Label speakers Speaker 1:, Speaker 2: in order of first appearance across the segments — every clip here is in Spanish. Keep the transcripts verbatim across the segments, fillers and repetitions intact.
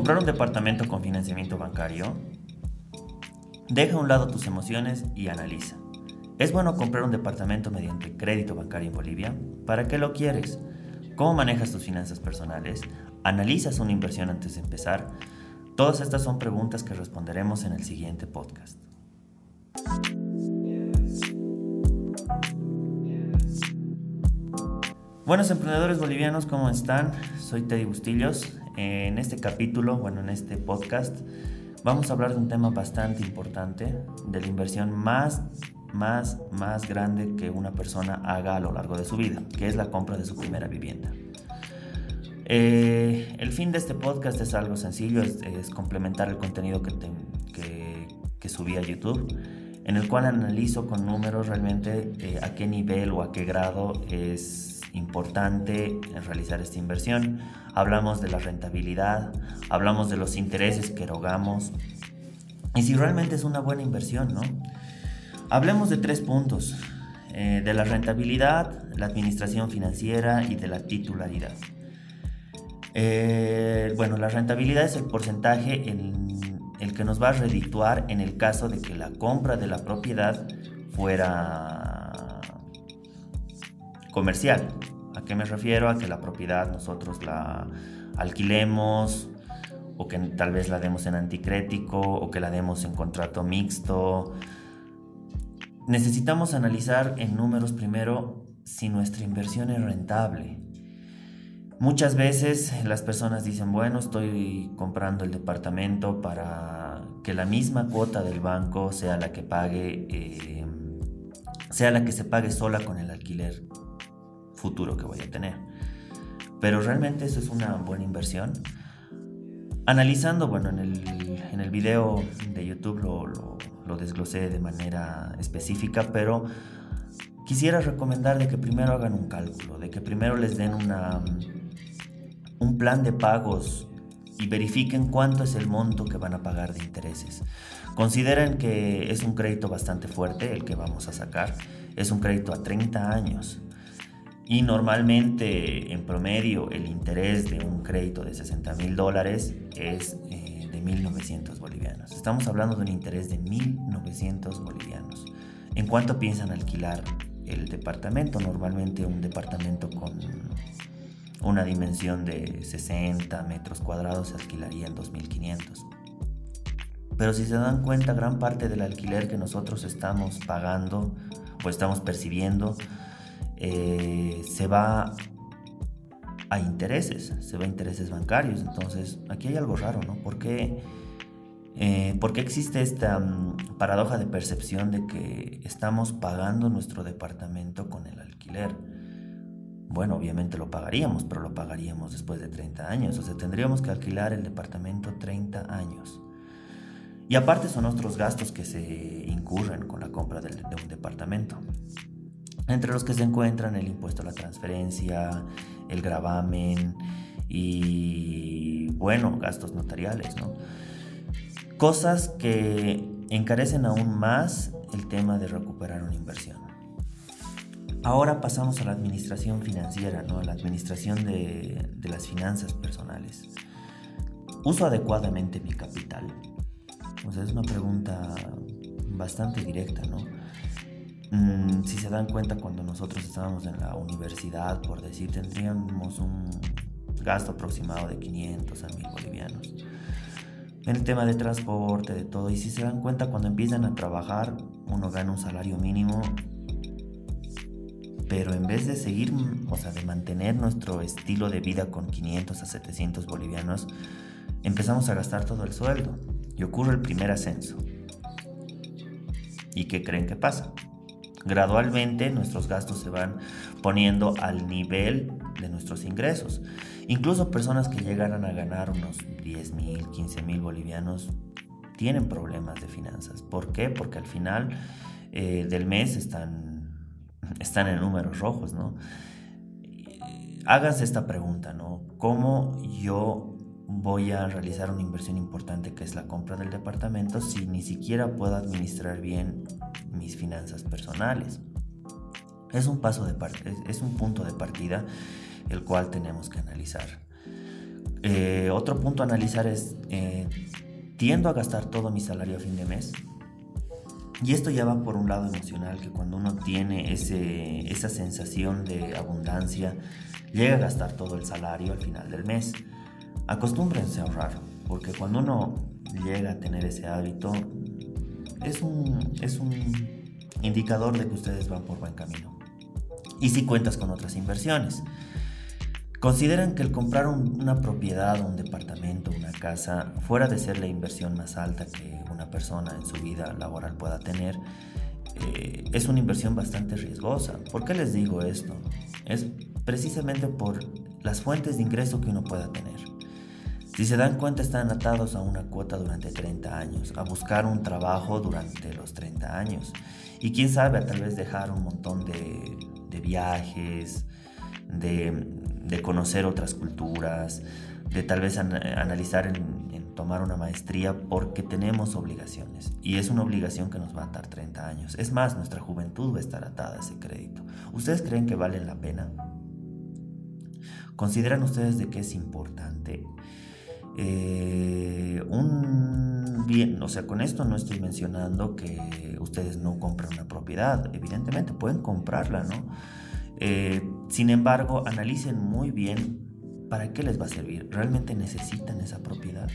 Speaker 1: ¿Comprar un departamento con financiamiento bancario? Deja a un lado tus emociones y analiza. ¿Es bueno comprar un departamento mediante crédito bancario en Bolivia? ¿Para qué lo quieres? ¿Cómo manejas tus finanzas personales? ¿Analizas una inversión antes de empezar? Todas estas son preguntas que responderemos en el siguiente podcast. Buenos emprendedores bolivianos, ¿cómo están? Soy Teddy Bustillos. En este capítulo, bueno, en este podcast, vamos a hablar de un tema bastante importante, de la inversión más, más, más grande que una persona haga a lo largo de su vida, que es la compra de su primera vivienda. Eh, el fin de este podcast es algo sencillo, es, es complementar el contenido que, te, que, que subí a YouTube, en el cual analizo con números realmente eh, a qué nivel o a qué grado es importante realizar esta inversión. Hablamos de la rentabilidad, hablamos de los intereses que erogamos y si realmente es una buena inversión, ¿no? Hablemos de tres puntos, eh, de la rentabilidad, la administración financiera y de la titularidad. Eh, bueno, la rentabilidad es el porcentaje en el que nos va a redituar en el caso de que la compra de la propiedad fuera comercial. ¿A qué me refiero? A que la propiedad nosotros la alquilemos o que tal vez la demos en anticrético o que la demos en contrato mixto. Necesitamos analizar en números primero si nuestra inversión es rentable. Muchas veces las personas dicen, bueno, estoy comprando el departamento para que la misma cuota del banco sea la que pague, eh, sea la que se pague sola con el alquiler futuro que voy a tener. Pero realmente eso es una buena inversión. Analizando, bueno, en el, en el video de YouTube lo, lo, lo desglosé de manera específica, pero quisiera recomendar de que primero hagan un cálculo, de que primero les den una, un plan de pagos y verifiquen cuánto es el monto que van a pagar de intereses. Consideren que es un crédito bastante fuerte el que vamos a sacar, es un crédito a treinta años. Y normalmente, en promedio, el interés de un crédito de sesenta mil dólares es eh, de mil novecientos bolivianos. Estamos hablando de un interés de mil novecientos bolivianos. ¿En cuánto piensan alquilar el departamento? Normalmente un departamento con una dimensión de sesenta metros cuadrados se alquilaría en dos mil quinientos. Pero si se dan cuenta, gran parte del alquiler que nosotros estamos pagando o estamos percibiendo Eh, se va a intereses, se va a intereses bancarios. Entonces aquí hay algo raro, ¿no? ¿Por qué, eh, ¿por qué existe esta um, paradoja de percepción de que estamos pagando nuestro departamento con el alquiler? Bueno, obviamente lo pagaríamos, pero lo pagaríamos después de treinta años, o sea, tendríamos que alquilar el departamento treinta años. Y aparte son otros gastos que se incurren con la compra de, de un departamento, entre los que se encuentran el impuesto a la transferencia, el gravamen y, bueno, gastos notariales, ¿no? Cosas que encarecen aún más el tema de recuperar una inversión. Ahora pasamos a la administración financiera, ¿no? La administración de, de las finanzas personales. ¿Uso adecuadamente mi capital? O sea, es una pregunta bastante directa, ¿no? Mm, si se dan cuenta, cuando nosotros estábamos en la universidad, por decir, tendríamos un gasto aproximado de quinientos a mil bolivianos en el tema de transporte, de todo. Y si se dan cuenta, cuando empiezan a trabajar, uno gana un salario mínimo, pero en vez de seguir, o sea, de mantener nuestro estilo de vida con quinientos a setecientos bolivianos, empezamos a gastar todo el sueldo y ocurre el primer ascenso. ¿Y qué creen que pasa? Gradualmente nuestros gastos se van poniendo al nivel de nuestros ingresos. Incluso personas que llegaran a ganar unos diez mil, quince mil bolivianos tienen problemas de finanzas. ¿Por qué? Porque al final eh, del mes están, están en números rojos, ¿no? Háganse esta pregunta, ¿no? ¿Cómo yo voy a realizar una inversión importante que es la compra del departamento si ni siquiera puedo administrar bien mis finanzas personales? Es un paso de part- es un punto de partida el cual tenemos que analizar. Eh, otro punto a analizar es, eh, ¿tiendo a gastar todo mi salario a fin de mes? Y esto ya va por un lado emocional, que cuando uno tiene ese, esa sensación de abundancia, llega a gastar todo el salario al final del mes. Acostúmbrense a ahorrar, porque cuando uno llega a tener ese hábito, es un, es un indicador de que ustedes van por buen camino. Y si cuentas con otras inversiones, consideran que el comprar un, una propiedad, un departamento, una casa, fuera de ser la inversión más alta que una persona en su vida laboral pueda tener, eh, es una inversión bastante riesgosa. ¿Por qué les digo esto? Es precisamente por las fuentes de ingreso que uno pueda tener. Si se dan cuenta, están atados a una cuota durante treinta años, a buscar un trabajo durante los treinta años. Y quién sabe, a tal vez dejar un montón de, de viajes, de, de conocer otras culturas, de tal vez an- analizar en, en tomar una maestría, porque tenemos obligaciones. Y es una obligación que nos va a atar treinta años. Es más, nuestra juventud va a estar atada a ese crédito. ¿Ustedes creen que vale la pena? ¿Consideran ustedes de que es importante? Eh, un bien, o sea, con esto no estoy mencionando que ustedes no compren una propiedad, evidentemente pueden comprarla, ¿no? Eh, sin embargo, analicen muy bien para qué les va a servir, ¿realmente necesitan esa propiedad?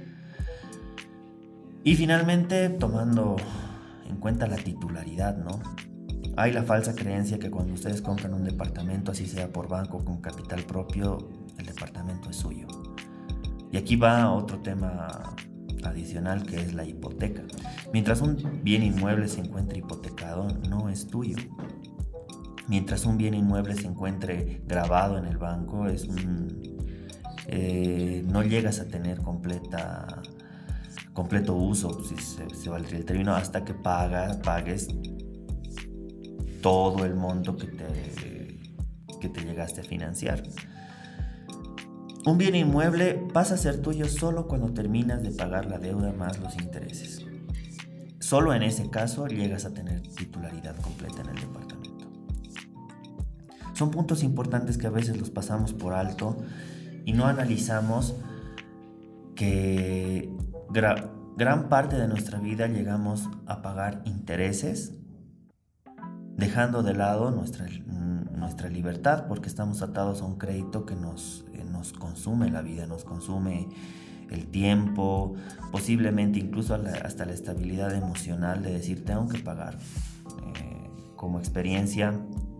Speaker 1: Y finalmente, tomando en cuenta la titularidad, ¿no? Hay la falsa creencia que cuando ustedes compran un departamento, así sea por banco con capital propio, el departamento es suyo. Y aquí va otro tema adicional, que es la hipoteca. Mientras un bien inmueble se encuentre hipotecado, no es tuyo. Mientras un bien inmueble se encuentre grabado en el banco, es un, eh, no llegas a tener completa, completo uso, si se, se valdría el término, hasta que paga, pagues todo el monto que te, que te llegaste a financiar. Un bien inmueble pasa a ser tuyo solo cuando terminas de pagar la deuda más los intereses. Solo en ese caso llegas a tener titularidad completa en el departamento. Son puntos importantes que a veces los pasamos por alto y no analizamos que gra- gran parte de nuestra vida llegamos a pagar intereses, dejando de lado nuestra, nuestra libertad, porque estamos atados a un crédito que nos, eh, nos consume la vida, nos consume el tiempo, posiblemente incluso la, hasta la estabilidad emocional de decir tengo que pagar. Eh, como experiencia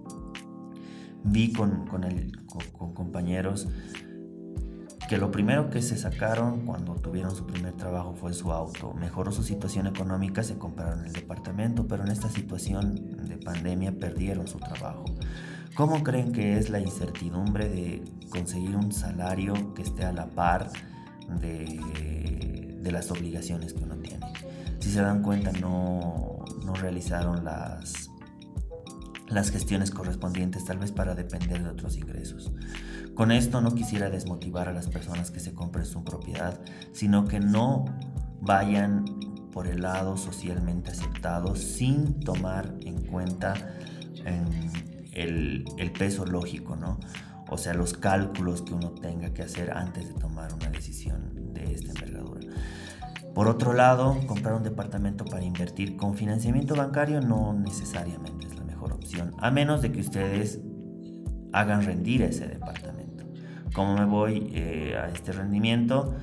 Speaker 1: vi con, con, el, con, con compañeros que lo primero que se sacaron cuando tuvieron su primer trabajo fue su auto. Mejoró su situación económica, se compraron el departamento, pero en esta situación de pandemia perdieron su trabajo. ¿Cómo creen que es la incertidumbre de conseguir un salario que esté a la par de, de las obligaciones que uno tiene? Si se dan cuenta, no, no realizaron las, las gestiones correspondientes, tal vez para depender de otros ingresos. Con esto no quisiera desmotivar a las personas que se compren su propiedad, sino que no vayan por el lado socialmente aceptado sin tomar en cuenta eh, el, el peso lógico, ¿no? O sea, los cálculos que uno tenga que hacer antes de tomar una decisión de esta envergadura. Por otro lado, comprar un departamento para invertir con financiamiento bancario no necesariamente es la mejor opción, a menos de que ustedes hagan rendir ese departamento. ¿Cómo me voy eh, a este rendimiento?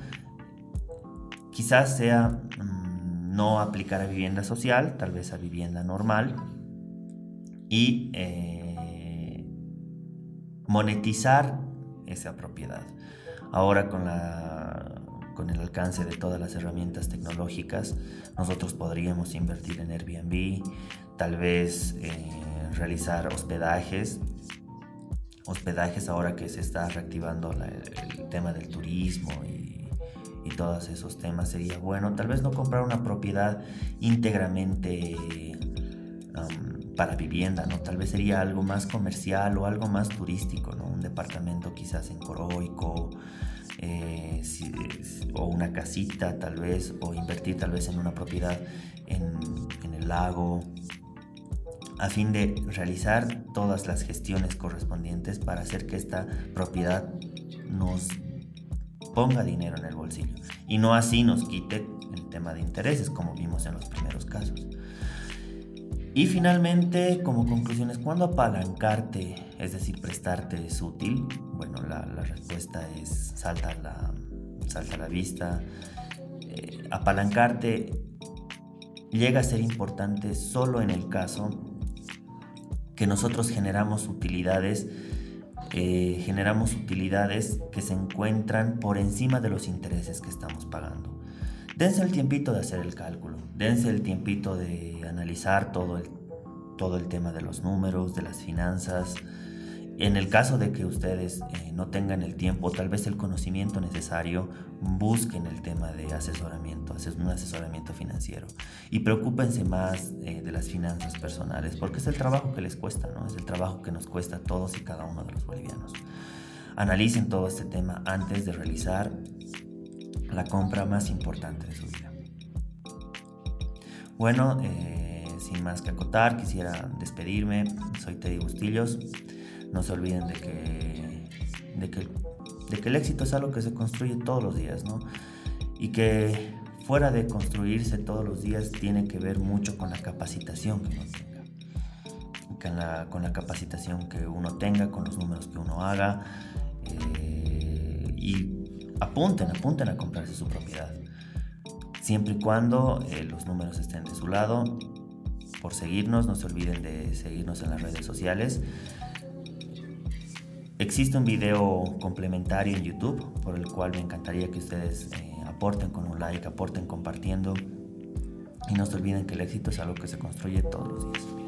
Speaker 1: Quizás sea mmm, no aplicar a vivienda social, tal vez a vivienda normal, y eh, monetizar esa propiedad. Ahora con, la, con el alcance de todas las herramientas tecnológicas, nosotros podríamos invertir en Airbnb, tal vez eh, realizar hospedajes, hospedajes ahora que se está reactivando la, el tema del turismo y, y todos esos temas. Sería bueno tal vez no comprar una propiedad íntegramente um, para vivienda, ¿no? Tal vez sería algo más comercial o algo más turístico, ¿no? Un departamento quizás en Coroico, eh, si, o una casita tal vez, o invertir tal vez en una propiedad en, en el lago, a fin de realizar todas las gestiones correspondientes para hacer que esta propiedad nos ponga dinero en el bolsillo y no así nos quite el tema de intereses, como vimos en los primeros casos. Y finalmente, como conclusiones, ¿cuándo apalancarte, es decir, prestarte es útil? Bueno, la, la respuesta es salta a la, salta a la vista. Eh, apalancarte llega a ser importante solo en el caso que nosotros generamos utilidades, eh, generamos utilidades que se encuentran por encima de los intereses que estamos pagando. Dense el tiempito de hacer el cálculo, dense el tiempito de analizar todo el, todo el tema de los números, de las finanzas. En el caso de que ustedes eh, no tengan el tiempo, tal vez el conocimiento necesario, busquen el tema de asesoramiento, un asesoramiento financiero. Y preocúpense más eh, de las finanzas personales, porque es el trabajo que les cuesta, ¿no? Es el trabajo que nos cuesta a todos y cada uno de los bolivianos. Analicen todo este tema antes de realizar la compra más importante de su vida. Bueno, eh, sin más que acotar, quisiera despedirme. Soy Teddy Bustillos. No se olviden de que, de que, de que el éxito es algo que se construye todos los días, ¿no? Y que fuera de construirse todos los días tiene que ver mucho con la capacitación que uno tenga. Con la, con la capacitación que uno tenga, con los números que uno haga. Eh, y Apunten, apunten a comprarse su propiedad, siempre y cuando eh, los números estén de su lado. Por seguirnos, no se olviden de seguirnos en las redes sociales. Existe un video complementario en YouTube, por el cual me encantaría que ustedes eh, aporten con un like, aporten compartiendo. Y no se olviden que el éxito es algo que se construye todos los días.